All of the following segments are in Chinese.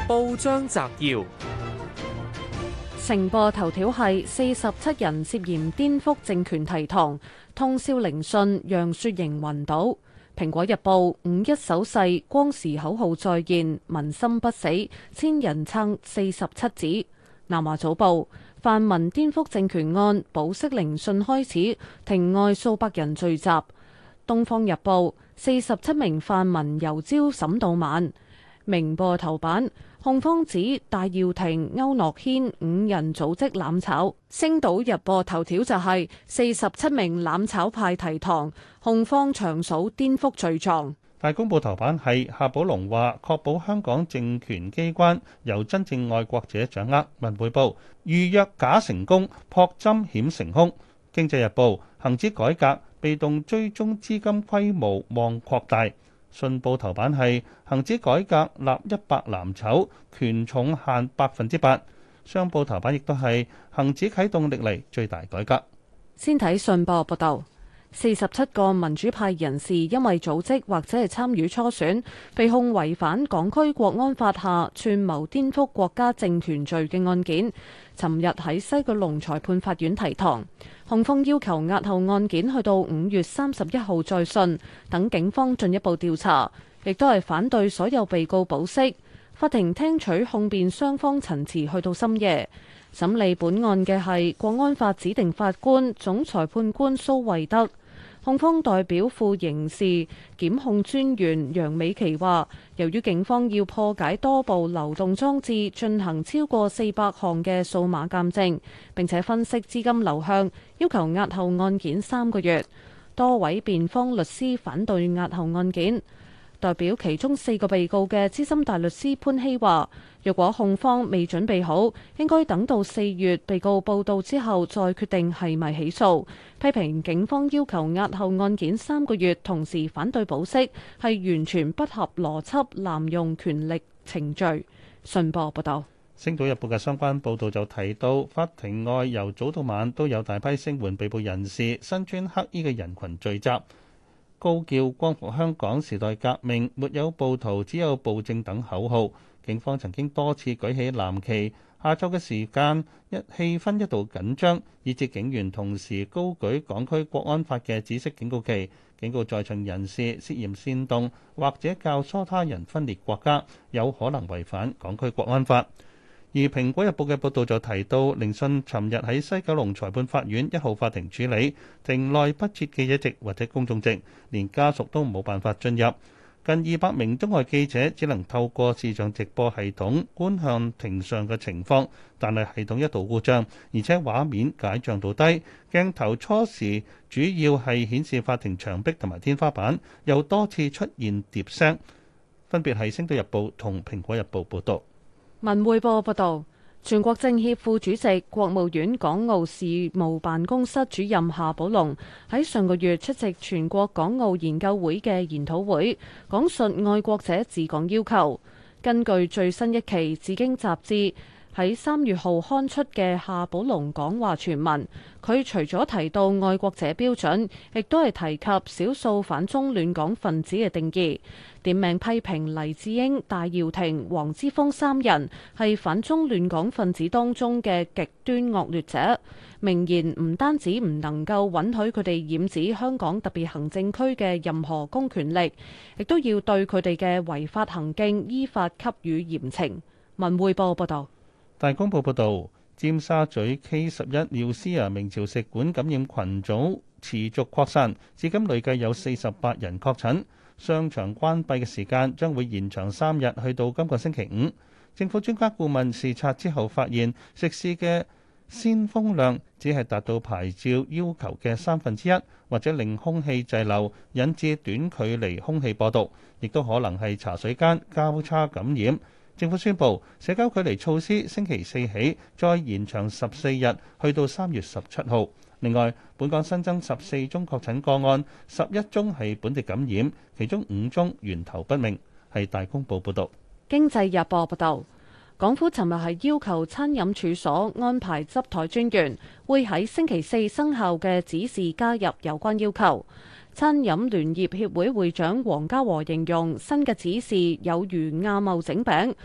報章摘要： 成報頭條係47人涉嫌顛覆政權提堂，通宵聆訊，讓雪盈暈倒。蘋果日報5·1手勢，光時口號再現，民心不死，千人撐47子。南華早報泛民顛覆政權案保釋聆訊開始，庭外數百人聚集。東方日報47名泛民由朝審到晚。明報頭版，控方指戴耀廷、區諾軒5人組織攬炒。星島日報頭條就係47名攬炒派提堂，控方詳數顛覆罪狀。 大公報頭版係夏寶龍話確保香港政權機關由真正愛國者掌握。文匯報預約假成功，撲針險成空。經濟日報恒指改革，被動追蹤資金規模望擴大。信報頭版係恒指改革立100藍籌，權重限8%。商報頭版亦都係恒指啟動歷嚟最大改革。 先睇信報報道，47個民主派人士因為組織或者係參與初選，被控違反港區國安法下串謀顛覆國家政權罪嘅案件，尋日喺西九龍裁判法院提堂。控方要求押後案件去到5月31號再訊，等警方進一步調查，亦都係反對所有被告保釋。法庭聽取控辯雙方陳詞去到深夜。審理本案嘅係國安法指定法官總裁判官蘇惠德。控方代表副刑事檢控專員楊美琪話，由於警方要破解多部流動裝置，進行超過400項嘅數碼鑑證，並且分析資金流向，要求押後案件3個月。多位辯方律師反對押後案件。代表其中4個被告嘅資深大律師潘希話，若果控方未準備好，應該等到4月被告報到之後再決定係咪起訴。批評警方要求押後案件3個月，同時反對保釋，係完全不合邏輯，濫用權力程序。信報報道。 《星島日報》嘅相關報導就提到，法庭外由早到晚都有大批聲援被捕人士，身穿黑衣嘅人群聚集，高叫光復香港、時代革命、沒有暴徒，只有暴政等口號。警方曾經多次舉起藍旗。下晝嘅時間，氣氛一度緊張，以致警員同時高舉港區國安法嘅紫色警告旗，警告在場人士涉嫌煽動或者教唆他人分裂國家，有可能違反港區國安法。而《蘋果日報》嘅報導就提到，聆訊尋日喺西九龍裁判法院1號法庭處理，庭內不設記者席或者公眾席，連家屬都冇辦法進入。近200名中外記者只能透過視像直播系統觀向庭上嘅情況，但係系統一度故障，而且畫面解像度低，鏡頭初時主要係顯示法庭牆壁同埋天花板，又多次出現碟聲。分別係《星島日報》同《蘋果日報》報導。 文匯報報道，全國政協副主席、國務院港澳事務辦公室主任夏寶龍喺上個月出席全國港澳研究會嘅研討會，講述愛國者治港要求。根據最新一期《紫荊》雜誌喺3月號刊出嘅夏寶龍講話全文，佢除咗提到愛國者標準，亦都係提及少數反中亂港分子嘅定義，點名批評黎智英、戴耀廷、黃之鋒3人係反中亂港分子當中嘅極端惡劣者，明言唔單止唔能夠允許佢哋染指香港特別行政區嘅任何公權力，亦都要對佢哋嘅違法行徑依法給予嚴懲。文匯報報道。 大公報報導，尖沙咀 K11 廖思亞名潮食館感染群組持續擴散，至今累計有48人確診。商場關閉嘅時間將會延長3日，去到今個星期5。政府專家顧問視察之後發現，食肆嘅鮮風量只係達到牌照要求嘅1/3，或者令空氣滯留，引致短距離空氣播毒，亦都可能係茶水間交叉感染。政府宣布社交距離措施星期4起再延長14日，去到3月17號。另外，本港新增14宗確診個案，11宗係本地感染，其中5宗源頭不明。係大公報報導。 經濟日報報導，港府尋日係要求餐飲處所安排執枱專員，會喺星期4生效嘅指示加入有關要求。餐飲聯業協會會長黃家和形容新嘅指示有如亞茂整餅，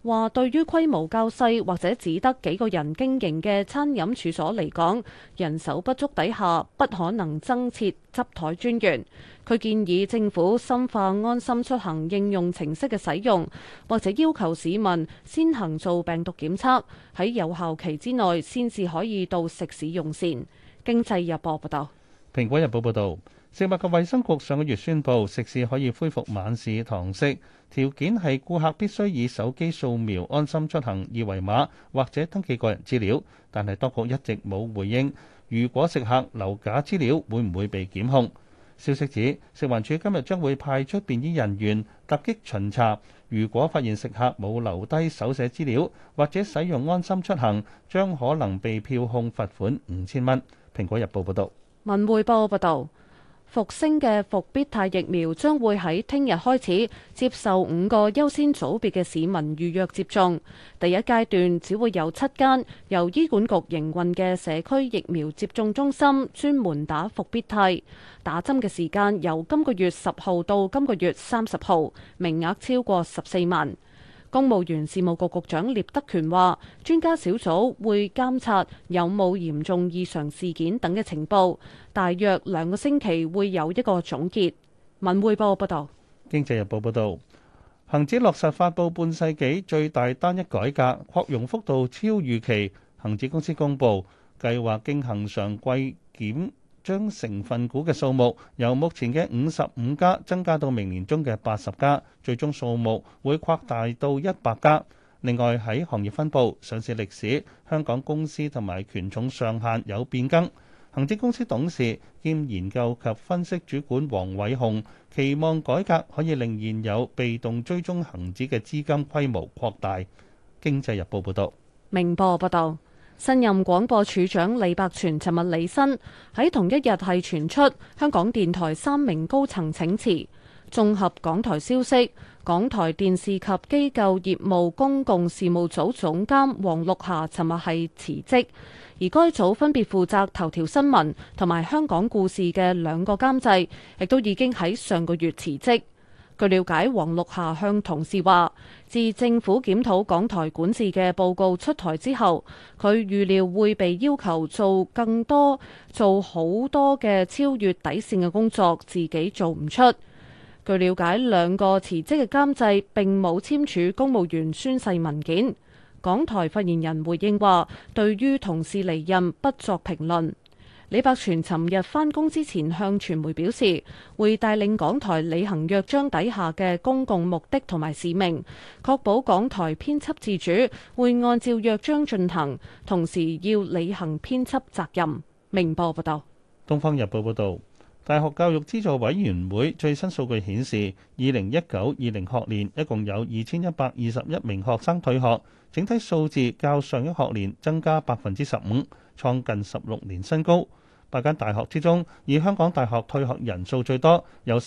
話對於規模較細或者只得幾個人經營嘅餐飲處所嚟講，人手不足底下不可能增設執枱專員。佢建議政府深化安心出行應用程式嘅使用，或者要求市民先行做病毒檢測，喺有效期之內先至可以到食肆用膳。經濟日報報道。 蘋果日報報導，食物及衛生局上個月宣布，食肆可以恢復晚市堂食，條件係顧客必須以手機掃描安心出行二維碼或者登記個人資料。但係當局一直冇回應，如果食客留假資料，會唔會被檢控？消息指，食環署今日將會派出便衣人員突擊巡查，如果發現食客冇留低手寫資料或者使用安心出行，將可能被票控罰款5000蚊。蘋果日報報導。 文匯報報道，復星嘅復必泰疫苗將會喺聽日開始接受5個優先組別嘅市民預約接種。第一階段只會有7間由醫管局營運嘅社區疫苗接種中心專門打復必泰，打針嘅時間由今個月10號到今個月30號，名額超過14萬。公務員事務局局長聶德權話，專家小組會監察有冇嚴重異常事件等嘅情報，大約2個星期會有一個總結。文匯報報道。 經濟日報報導，恒指落實發布半世紀最大單一改革，擴容幅度超預期。恒指公司公佈計劃經恆常季檢，將成分股嘅數目由目前嘅55家增加到明年中嘅80家，最終數目會擴大到100家。另外喺行業分佈、上市歷史、香港公司同埋權重上限有變更。恒指公司董事兼研究及分析主管黃偉雄期望改革可以令現有被動追蹤恒指嘅資金規模擴大。經濟日報報導。 明報報導。新任廣播處長李百全尋日履新，喺同一日係傳出香港電台3名高層請辭。綜合港台消息，港台電視及機構業務公共事務組總監黃綠霞尋日係辭職，而該組分別負責頭條新聞同埋香港故事嘅2個監製，亦都已經喺上個月辭職。據了解，黃綠霞向同事話，自政府檢討港台管治嘅報告出台之後，佢預料會被要求做好多嘅超越底線嘅工作，自己做唔出。據了解，2個辭職嘅監製並冇簽署公務員宣誓文件。港台發言人回應話，對於同事離任不作評論。李百全尋日返工之前向傳媒表示，會帶領港台履行約章底下嘅公共目的同埋使命，確保港台編輯自主，會按照約章進行，同時要履行編輯責任。明報報道。 東方日報報導，大學教育資助委員會最新數據顯示，2019-20學年一共有2121名學生退學，整體數字較上一學年增加15%，創近16年新高。8間大學之中，以香港大學退學人數最多，有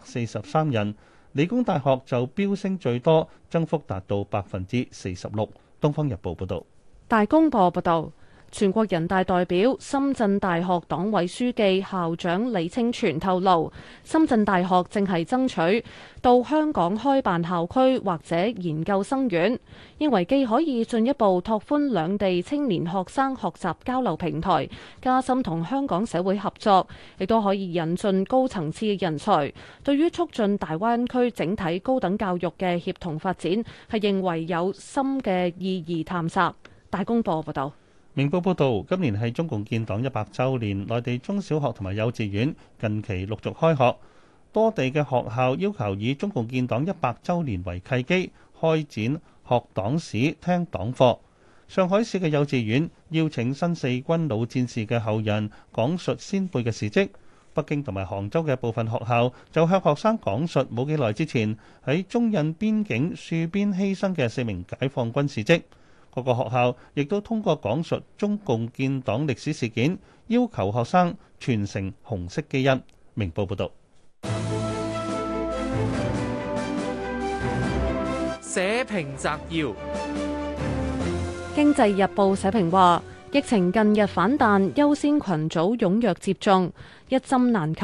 343人；理工大學就飆升最多，增幅達到46%。東方日報報導。 大公報報導。全國人大代表、深圳大學黨委書記、校長李清泉透露，深圳大學正係爭取到香港開辦校區或者研究生院，認為既可以進一步拓寬兩地青年學生學習交流平台，加深同香港社會合作，亦都可以引進高層次嘅人才。對於促進大灣區整體高等教育嘅協同發展，係認為有深嘅意義探索。大公報報道。 明報報導，今年係中共建黨100週年，內地中小學同埋幼稚園近期陸續開學，多地嘅學校要求以中共建黨100週年為契機，開展學黨史、聽黨課。上海市嘅幼稚園邀請新四軍老戰士嘅後人講述先輩嘅事蹟。北京同埋杭州嘅部分學校就向學生講述冇幾耐之前喺中印邊境戍邊犧牲嘅4名解放軍事蹟。各個學校亦都通過講述中共建黨歷史事件，要求學生傳承紅色基因。明報報道。 社評摘要。 經濟日報社評話，疫情近日反彈，優先群組踴躍接種，一針難求。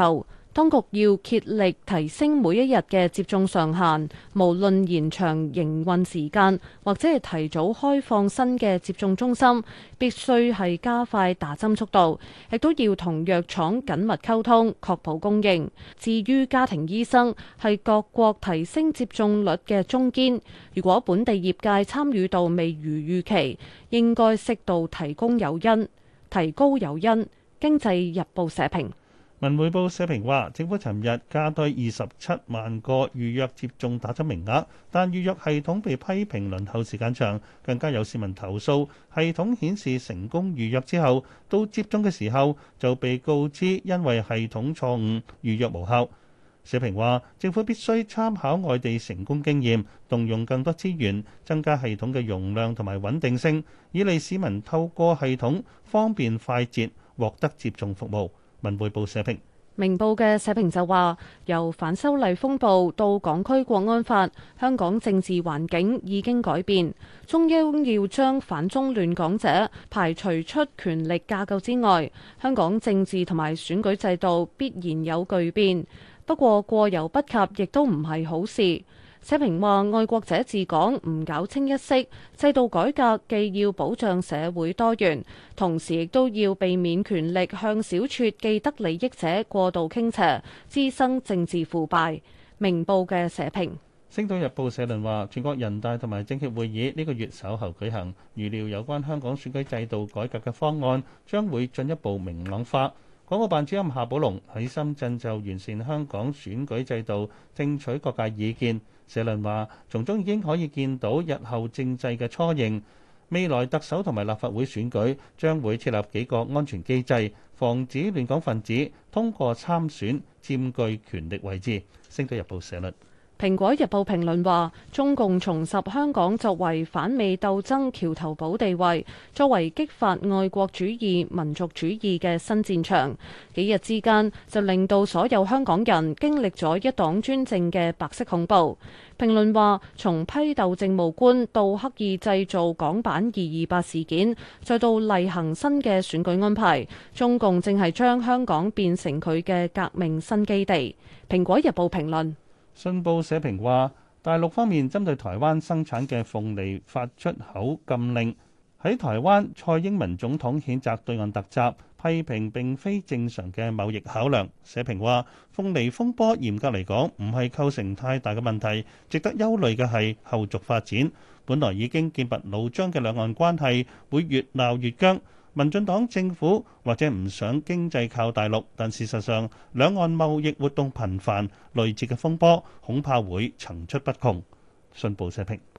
當局要竭力提升每一日嘅接種上限，無論延長營運時間或者係提早開放新嘅接種中心，必須係加快打針速度，亦都要同藥廠緊密溝通，確保供應。至於家庭醫生係各國提升接種率嘅中堅，如果本地業界參與度未如預期，應該適度提高誘因。經濟日報社評。 文匯報社評話，政府尋日加多27萬個預約接種打針名額，但預約系統被批評輪候時間長，更加有市民投訴系統顯示成功預約之後，到接種嘅時候就被告知因為系統錯誤預約無效。社評話，政府必須參考外地成功經驗，動用更多資源，增加系統嘅容量同埋穩定性，以利市民透過系統方便快捷獲得接種服務。文匯報社評。 明報嘅社評就話，由反修例風暴到港區國安法，香港政治環境已經改變，中央要將反中亂港者排除出權力架構之外，香港政治同埋選舉制度必然有巨變。不過過猶不及亦都唔係好事。社評話，愛國者治港唔搞清一色，制度改革既要保障社會多元，同時亦都要避免權力向小撮既得利益者過度傾斜，滋生政治腐敗。明報嘅社評。《 星島日報》社論話，全國人大同埋政協會議呢個月稍後舉行，預料有關香港選舉制度改革嘅方案將會進一步明朗化。港澳辦主任夏寶龍喺深圳就完善香港選舉制度聽取各界意見。社論話，從中已經可以見到日後政制嘅雛形。未來特首同埋立法會選舉將會設立幾個安全機制，防止亂港分子通過參選佔據權力位置。星島日報社論。 《蘋果日報》評論話，中共重拾香港作為反美鬥爭橋頭堡地位，作為激發愛國主義、民族主義嘅新戰場。幾日之間就令到所有香港人經歷咗一黨專政嘅白色恐怖。評論話，從批鬥政務官到刻意製造港版228事件，再到例行新嘅選舉安排，中共正係將香港變成佢嘅革命新基地。《蘋果日報》評論。 信報社評話，大陸方面針對台灣生產嘅鳳梨發出口禁令。喺台灣，蔡英文總統譴責對岸突襲，批評並非正常嘅貿易考量。社評話，鳳梨風波嚴格嚟講唔係構成太大嘅問題，值得憂慮嘅係後續發展。本來已經劍拔弩張嘅兩岸關係會越鬧越僵。民進黨政府或者唔想經濟靠大陸，但事實上兩岸貿易活動頻繁，類似嘅風波恐怕會層出不窮。信報社評。